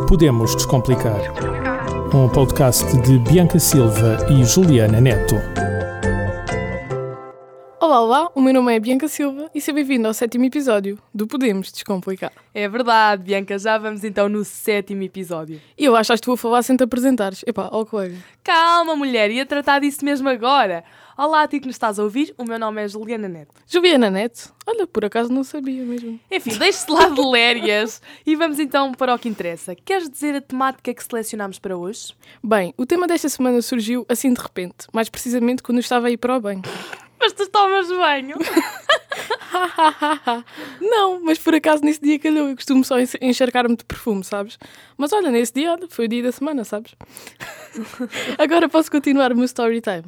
Podemos Descomplicar. Um podcast de Bianca Silva e Juliana Neto. Olá, o meu nome é Bianca Silva e seja bem-vindo ao 7º episódio do Podemos Descomplicar. É verdade, Bianca, já vamos então no 7º episódio. E eu acho que tu a falar sem te apresentares. Epá, ó colega. Calma, mulher, ia tratar disso mesmo agora. Olá a ti que nos estás a ouvir, o meu nome é Juliana Neto. Juliana Neto? Olha, por acaso não sabia mesmo. Enfim, deixe-se lá de lérias e vamos então para o que interessa. Queres dizer a temática que selecionámos para hoje? Bem, o tema desta semana surgiu assim de repente, mais precisamente quando eu estava a ir para o banho. Mas tu tomas banho? Não, mas por acaso nesse dia calhou, eu costumo só encharcar-me de perfume, sabes? Mas olha, nesse dia, olha, foi o dia da semana, sabes? Agora posso continuar o meu story time.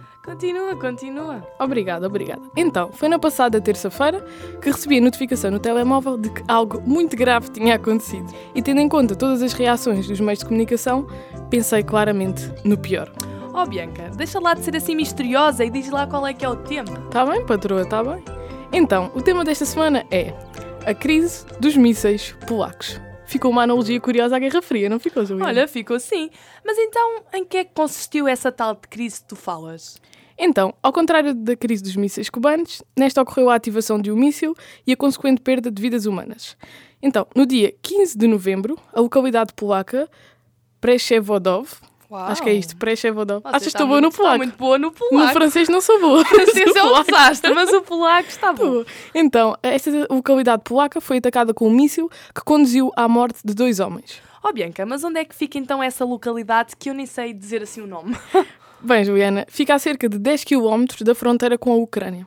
Continua. Obrigada. Então, foi na passada terça-feira que recebi a notificação no telemóvel de que algo muito grave tinha acontecido. E tendo em conta todas as reações dos meios de comunicação, pensei claramente no pior. Oh Bianca, deixa lá de ser assim misteriosa e diz lá qual é que é o tema. Tá bem, patroa, tá bem. Então, o tema desta semana é a crise dos mísseis polacos. Ficou uma analogia curiosa à Guerra Fria, não ficou, Juliana? Olha, ficou sim. Mas então, em que é que consistiu essa tal de crise que tu falas? Então, ao contrário da crise dos mísseis cubanos, nesta ocorreu a ativação de um míssil e a consequente perda de vidas humanas. Então, no dia 15 de novembro, a localidade polaca Przewodow, acho que é isto, Przewodow. Achas que estou boa no polaco? Está muito boa no polaco. No francês não sou boa. O francês é um desastre, mas o polaco está bom. Então, esta localidade polaca foi atacada com um míssil que conduziu à morte de 2 homens. Oh Bianca, mas onde é que fica então essa localidade que eu nem sei dizer assim o nome? Bem, Juliana, fica a cerca de 10 km da fronteira com a Ucrânia.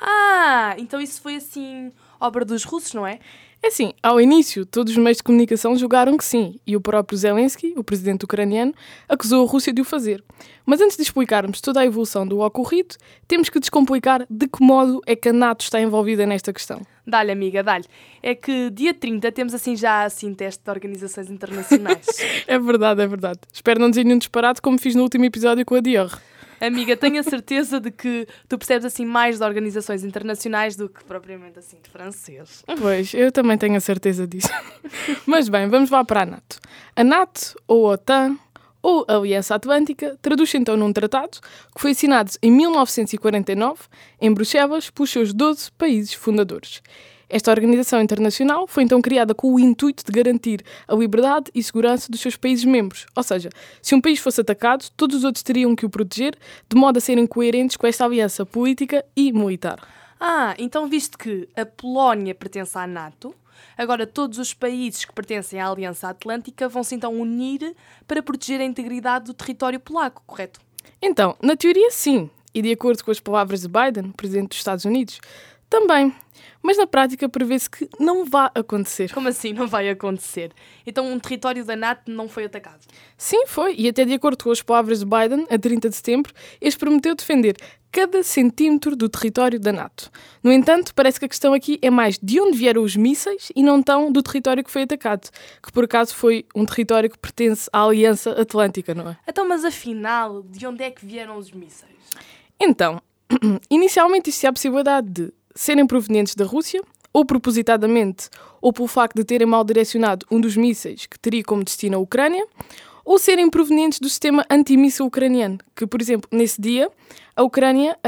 Ah, então isso foi assim obra dos russos, não é? É assim, ao início, todos os meios de comunicação julgaram que sim, e o próprio Zelensky, o presidente ucraniano, acusou a Rússia de o fazer. Mas antes de explicarmos toda a evolução do ocorrido, temos que descomplicar de que modo é que a NATO está envolvida nesta questão. Dá-lhe, amiga, dá-lhe. É que dia 30 temos assim já teste de organizações internacionais. É verdade. Espero não dizer nenhum disparate como fiz no último episódio com a Dior. Amiga, tenho a certeza de que tu percebes assim mais de organizações internacionais do que propriamente assim de francês. Pois, eu também tenho a certeza disso. Mas bem, vamos lá para a NATO. A NATO, ou a OTAN, ou a Aliança Atlântica, traduz-se então num tratado que foi assinado em 1949 em Bruxelas pelos seus 12 países fundadores. Esta organização internacional foi então criada com o intuito de garantir a liberdade e segurança dos seus países membros. Ou seja, se um país fosse atacado, todos os outros teriam que o proteger, de modo a serem coerentes com esta aliança política e militar. Ah, então visto que a Polónia pertence à NATO, agora todos os países que pertencem à Aliança Atlântica vão-se então unir para proteger a integridade do território polaco, correto? Então, na teoria sim, e de acordo com as palavras de Biden, presidente dos Estados Unidos, também. Mas na prática prevê-se que não vai acontecer. Como assim não vai acontecer? Então um território da NATO não foi atacado? Sim, foi. E até de acordo com as palavras de Biden, a 30 de setembro, este prometeu defender cada centímetro do território da NATO. No entanto, parece que a questão aqui é mais de onde vieram os mísseis e não tão do território que foi atacado, que por acaso foi um território que pertence à Aliança Atlântica, não é? Então, mas afinal, de onde é que vieram os mísseis? Então, inicialmente existia a possibilidade de serem provenientes da Rússia, ou propositadamente, ou pelo facto de terem mal direcionado um dos mísseis que teria como destino a Ucrânia, ou serem provenientes do sistema antimíssil ucraniano, que, por exemplo, nesse dia, a Ucrânia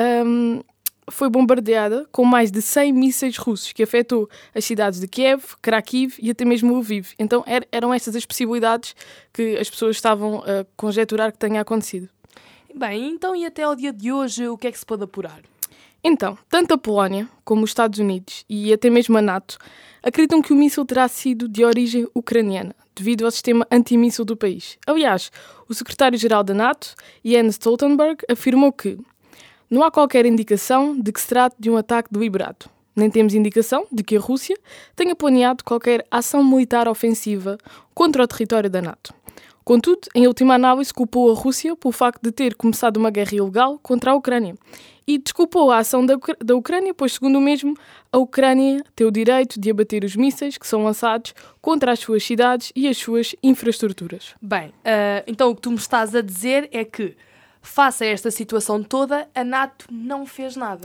foi bombardeada com mais de 100 mísseis russos, que afetou as cidades de Kiev, Kharkiv e até mesmo Lviv. Então eram estas as possibilidades que as pessoas estavam a conjecturar que tenha acontecido. Bem, então e até ao dia de hoje, o que é que se pode apurar? Então, tanto a Polónia como os Estados Unidos e até mesmo a NATO acreditam que o míssil terá sido de origem ucraniana, devido ao sistema antimíssil do país. Aliás, o secretário-geral da NATO, Jens Stoltenberg, afirmou que não há qualquer indicação de que se trate de um ataque deliberado. Nem temos indicação de que a Rússia tenha planeado qualquer ação militar ofensiva contra o território da NATO. Contudo, em última análise, culpou a Rússia pelo facto de ter começado uma guerra ilegal contra a Ucrânia e desculpou a ação da Ucrânia, pois, segundo o mesmo, a Ucrânia tem o direito de abater os mísseis que são lançados contra as suas cidades e as suas infraestruturas. Bem, então o que tu me estás a dizer é que, face a esta situação toda, a NATO não fez nada.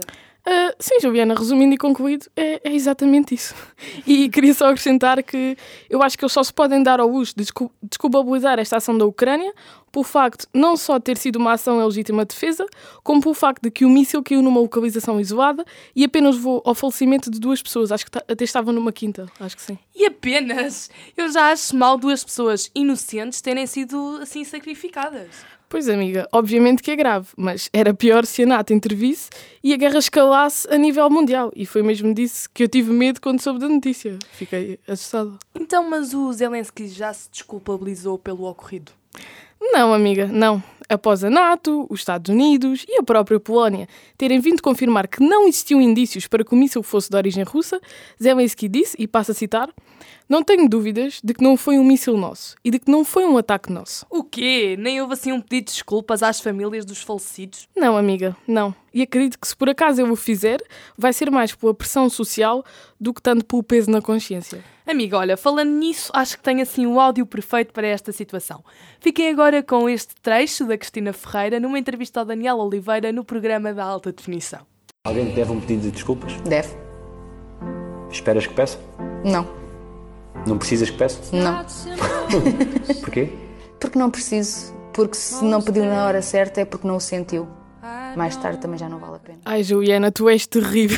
Sim, Juliana, resumindo e concluído, é exatamente isso. E queria só acrescentar que eu acho que eles só se podem dar ao luxo de desculpabilizar esta ação da Ucrânia pelo facto não só de ter sido uma ação em legítima defesa, como pelo facto de que o míssil caiu numa localização isolada e apenas levou ao falecimento de 2 pessoas. Acho que até estavam numa quinta, acho que sim. E apenas? Eu já acho mal 2 pessoas inocentes terem sido assim sacrificadas. Pois, amiga, obviamente que é grave, mas era pior se a NATO intervisse e a guerra escalasse a nível mundial. E foi mesmo disso que eu tive medo quando soube da notícia. Fiquei assustada. Então, mas o Zelensky já se desculpabilizou pelo ocorrido? Não, amiga, não. Após a NATO, os Estados Unidos e a própria Polónia terem vindo confirmar que não existiam indícios para que o míssil fosse de origem russa, Zelensky disse, e passo a citar, "Não tenho dúvidas de que não foi um míssil nosso e de que não foi um ataque nosso." O quê? Nem houve assim um pedido de desculpas às famílias dos falecidos? Não, amiga, não. E acredito que se por acaso eu o fizer, vai ser mais pela pressão social do que tanto pelo peso na consciência. Amiga, olha, falando nisso, acho que tenho assim o áudio perfeito para esta situação. Fiquem agora com este trecho da Cristina Ferreira numa entrevista ao Daniel Oliveira no programa da Alta Definição. Alguém deve um pedido de desculpas? Deve. Esperas que peça? Não. Não precisas que peça? Não. Porquê? Porque não preciso. Porque se não pediu na hora certa é porque não o sentiu. Mais tarde também já não vale a pena. Ai, Juliana, tu és terrível.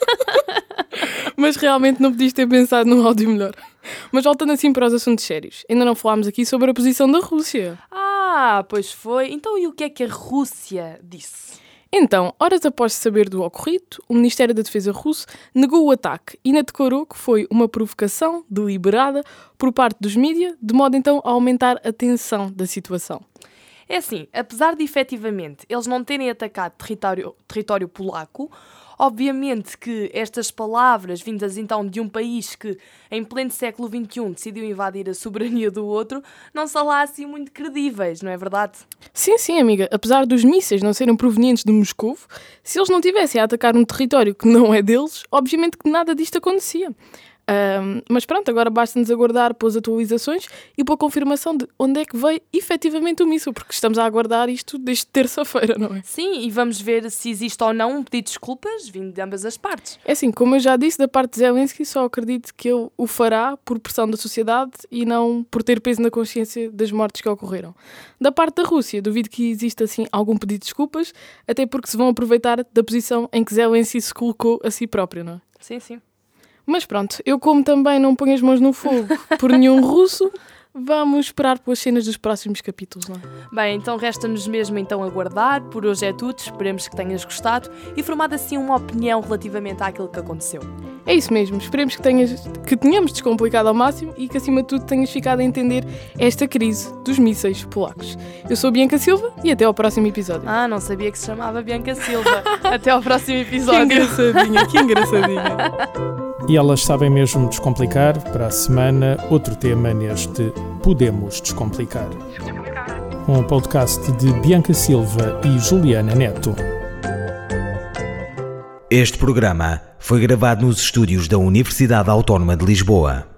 Mas realmente não podias ter pensado num áudio melhor. Mas voltando assim para os assuntos sérios, ainda não falámos aqui sobre a posição da Rússia. Pois foi. Então e o que é que a Rússia disse? Então, horas após saber do ocorrido, o Ministério da Defesa russo negou o ataque e ainda declarou que foi uma provocação deliberada por parte dos mídias, de modo então a aumentar a tensão da situação. É assim, apesar de efetivamente eles não terem atacado território polaco, obviamente que estas palavras vindas então de um país que em pleno século XXI decidiu invadir a soberania do outro, não são lá assim muito credíveis, não é verdade? Sim, amiga. Apesar dos mísseis não serem provenientes de Moscou, se eles não tivessem a atacar um território que não é deles, obviamente que nada disto acontecia. Mas pronto, agora basta-nos aguardar pelas atualizações e pela confirmação de onde é que veio efetivamente o míssil, porque estamos a aguardar isto desde terça-feira, não é? Sim, e vamos ver se existe ou não um pedido de desculpas vindo de ambas as partes. É assim, como eu já disse, da parte de Zelensky, só acredito que ele o fará por pressão da sociedade e não por ter peso na consciência das mortes que ocorreram. Da parte da Rússia, duvido que exista assim algum pedido de desculpas, até porque se vão aproveitar da posição em que Zelensky se colocou a si próprio, não é? Sim. Mas pronto, eu como também não ponho as mãos no fogo por nenhum russo, vamos esperar pelas cenas dos próximos capítulos, não é? Bem, então resta-nos mesmo então aguardar. Por hoje é tudo, esperemos que tenhas gostado e formado assim uma opinião relativamente àquilo que aconteceu. É isso mesmo, esperemos que tenhamos descomplicado ao máximo e que acima de tudo tenhas ficado a entender esta crise dos mísseis polacos. Eu sou a Bianca Silva e até ao próximo episódio. Não sabia que se chamava Bianca Silva. Até ao próximo episódio. Que engraçadinha. E elas sabem mesmo descomplicar. Para a semana, outro tema neste Podemos Descomplicar. Um podcast de Bianca Silva e Juliana Neto. Este programa foi gravado nos estúdios da Universidade Autónoma de Lisboa.